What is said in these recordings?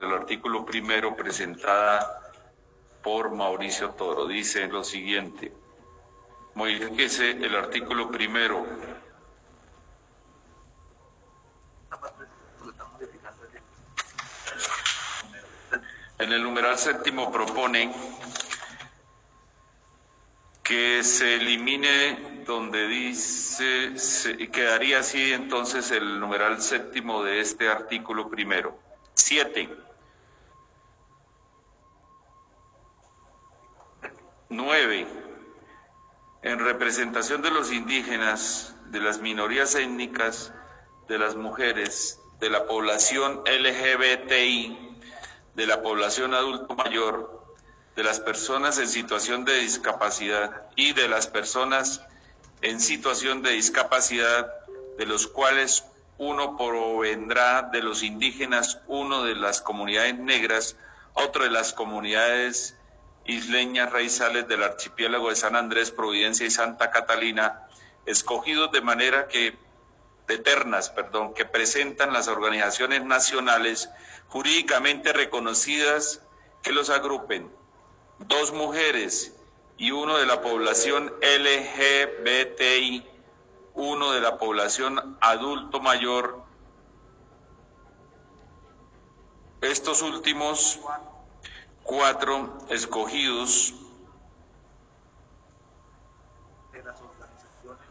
del artículo primero presentada por Mauricio Toro. Dice lo siguiente: modifíquese el artículo primero. En el numeral séptimo propone que se elimine donde dice, quedaría así entonces el numeral séptimo de este artículo primero. 7. 9. En representación de los indígenas, de las minorías étnicas, de las mujeres, de la población LGBTI, de la población adulto mayor, de las personas en situación de discapacidad y de las personas en situación de discapacidad, de los cuales uno provendrá de los indígenas, uno de las comunidades negras, otro de las comunidades isleñas raizales del archipiélago de San Andrés, Providencia y Santa Catalina, escogidos de manera que que presentan las organizaciones nacionales jurídicamente reconocidas que los agrupen. 2 mujeres y 1 de la población LGBTI, 1 de la población adulto mayor. Estos últimos 4 escogidos de las organizaciones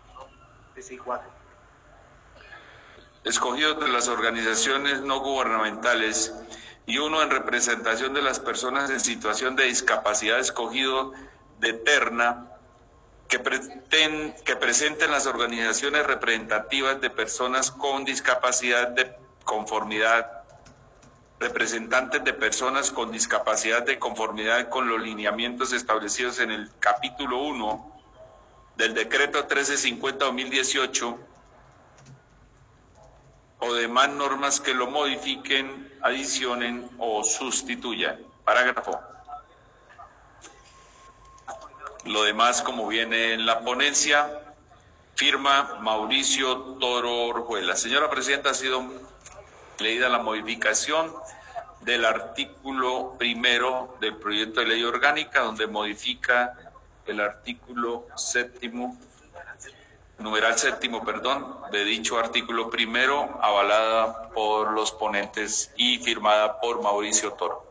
de las organizaciones no gubernamentales y 1 en representación de las personas en situación de discapacidad escogido de terna que presenten las organizaciones representativas de personas con discapacidad de conformidad, representantes de personas con discapacidad de conformidad con los lineamientos establecidos en el capítulo 1 del decreto 1350-2018 o demás normas que lo modifiquen, adicionen o sustituyan. Parágrafo. Lo demás, como viene en la ponencia, firma Mauricio Toro Orjuela. Señora Presidenta, ha sido leída la modificación del artículo primero del proyecto de ley orgánica, donde modifica el artículo séptimo, numeral séptimo, de dicho artículo primero, avalada por los ponentes y firmada por Mauricio Toro.